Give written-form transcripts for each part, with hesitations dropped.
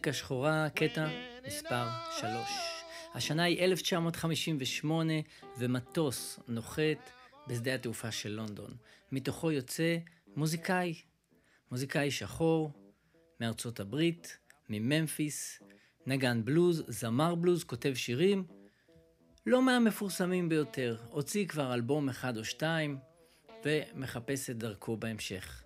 מוזיקה שחורה, קטע מספר 3. השנה היא 1958 ומטוס נוחת בשדה התעופה של לונדון. מתוכו יוצא מוזיקאי שחור מארצות הברית, מממפיס, נגן בלוז, זמר בלוז, כותב שירים, לא מהמפורסמים ביותר. הוציא כבר אלבום אחד או שתיים ומחפש את דרכו בהמשך.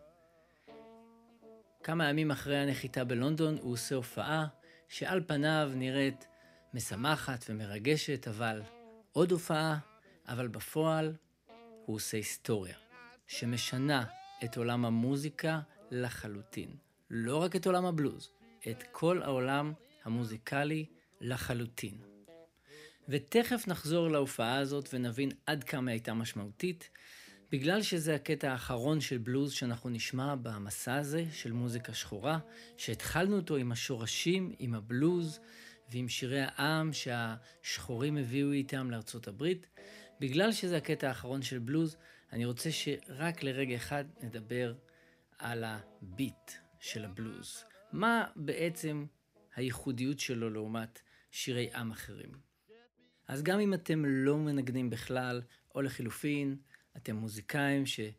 כמה ימים אחרי הנחיתה בלונדון הוא עושה הופעה שעל פניו נראית משמחת ומרגשת, אבל עוד הופעה, אבל בפועל הוא עושה היסטוריה שמשנה את עולם המוזיקה לחלוטין. לא רק את עולם הבלוז, את כל העולם המוזיקלי לחלוטין. ותכף נחזור להופעה הזאת ונבין עד כמה הייתה משמעותית, בגלל שזה הקטע האחרון של בלוז שאנחנו נשמע במסע הזה של מוזיקה שחורה, שהתחלנו אותו עם השורשים, עם הבלוז ועם שירי העם שהשחורים הביאו איתם לארצות הברית. בגלל שזה הקטע האחרון של בלוז, אני רוצה שרק לרגע אחד נדבר על הביט של הבלוז. מה בעצם הייחודיות שלו לעומת שירי עם אחרים? אז גם אם אתם לא מנגנים בכלל, או לחילופין, אתם מוזיקאים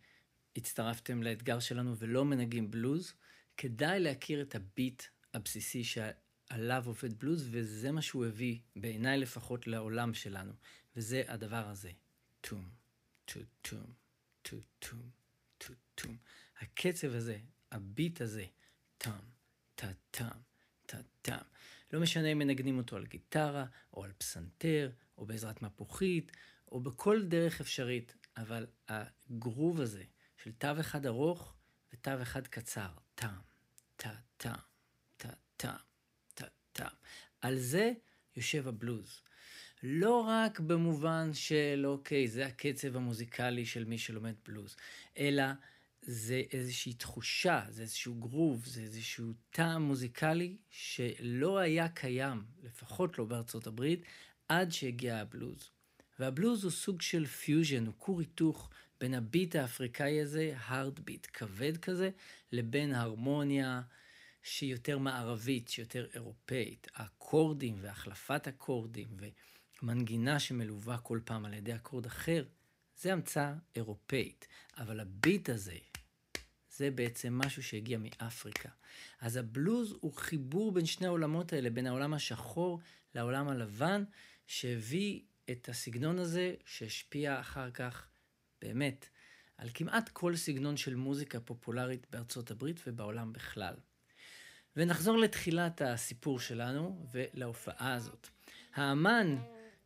שהצטרפתם לאתגר שלנו ולא מנגנים בלוז, כדאי להכיר את הביט הבסיסי שעליו עובד בלוז, וזה מה שהוא הביא, בעיניי לפחות, לעולם שלנו. וזה הדבר הזה. טום, טו, טום, טו, טום, טו, טום. הקצב הזה, הביט הזה, טם, טה, טם, טה, טם. לא משנה אם מנגנים אותו על גיטרה, או על פסנתר, או בעזרת מפוחית, או בכל דרך אפשרית. אבל הגרוב הזה של תו אחד ארוך ותו אחד קצר, טם, טה, טם, טה, טם, טה, טם. על זה יושב הבלוז. לא רק במובן של אוקיי, זה הקצב המוזיקלי של מי שלומד בלוז, אלא זה איזושהי תחושה, זה איזשהו גרוב, זה איזשהו טעם מוזיקלי שלא היה קיים, לפחות לא בארצות הברית, עד שהגיע הבלוז. והבלוז הוא סוג של פיוז'ן, הוא כור היתוך בין הביט האפריקאי הזה, הארד ביט, כבד כזה, לבין הרמוניה שהיא יותר מערבית, שהיא יותר אירופאית. האקורדים והחלפת אקורדים ומנגינה שמלווה כל פעם על ידי אקורד אחר, זה המצאה אירופאית. אבל הביט הזה, זה בעצם משהו שהגיע מאפריקה. אז הבלוז הוא חיבור בין שני העולמות האלה, בין העולם השחור לעולם הלבן, שהביא את הסגנון הזה שהשפיע אחר כך באמת על כמעט כל סגנון של מוזיקה פופולרית בארצות הברית ובעולם בכלל. ונחזור לתחילת הסיפור שלנו ולהופעה הזאת. האמן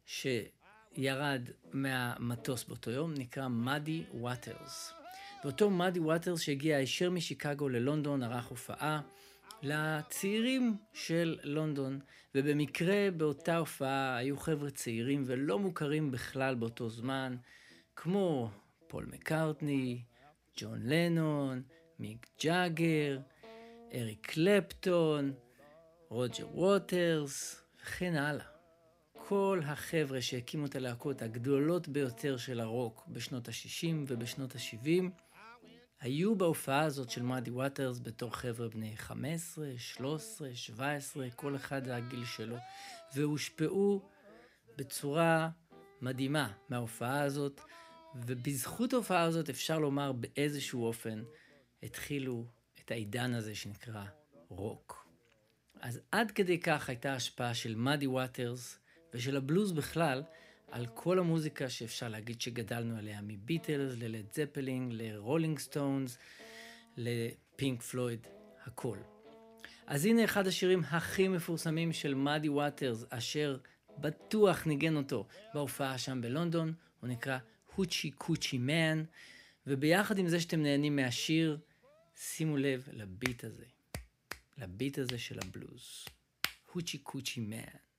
שירד מהמטוס באותו יום נקרא מאדי ווטרס. ואותו מאדי ווטרס שהגיע הישר משיקגו ללונדון ערך הופעה לצעירים של לונדון, ובמקרה באותה הופעה היו חבר'ה צעירים ולא מוכרים בכלל באותו זמן, כמו פול מקארטני, ג'ון לנון, מיק ג'אגר, אריק קלפטון, רוג'ר ווטרס וכן הלאה. כל החבר'ה שהקימו את הלהקות הגדולות ביותר של הרוק בשנות ה-60 ובשנות ה-70, היו בהופעה הזאת של מאדי ווטרס בתור חבר'ה בני 15, 13, 17, כל אחד הגיל שלו, והושפעו בצורה מדהימה מההופעה הזאת, ובזכות ההופעה הזאת אפשר לומר באיזשהו אופן התחילו את העידן הזה שנקרא רוק. אז עד כדי כך הייתה השפעה של מאדי ווטרס ושל הבלוז בכלל, על כל המוזיקה שאפשר להגיד שגדלנו עליה, מביטלס ללד זפלין, לרולינג סטונס, לפינק פלויד, הכל. אז הנה אחד השירים הכי מפורסמים של מאדי ווטרס, אשר בטוח ניגן אותו בהופעה שם בלונדון, הוא נקרא הוצ'י קוצ'י מן, וביחד עם זה שאתם נהנים מהשיר, שימו לב לביט הזה של הבלוז. הוצ'י קוצ'י מן.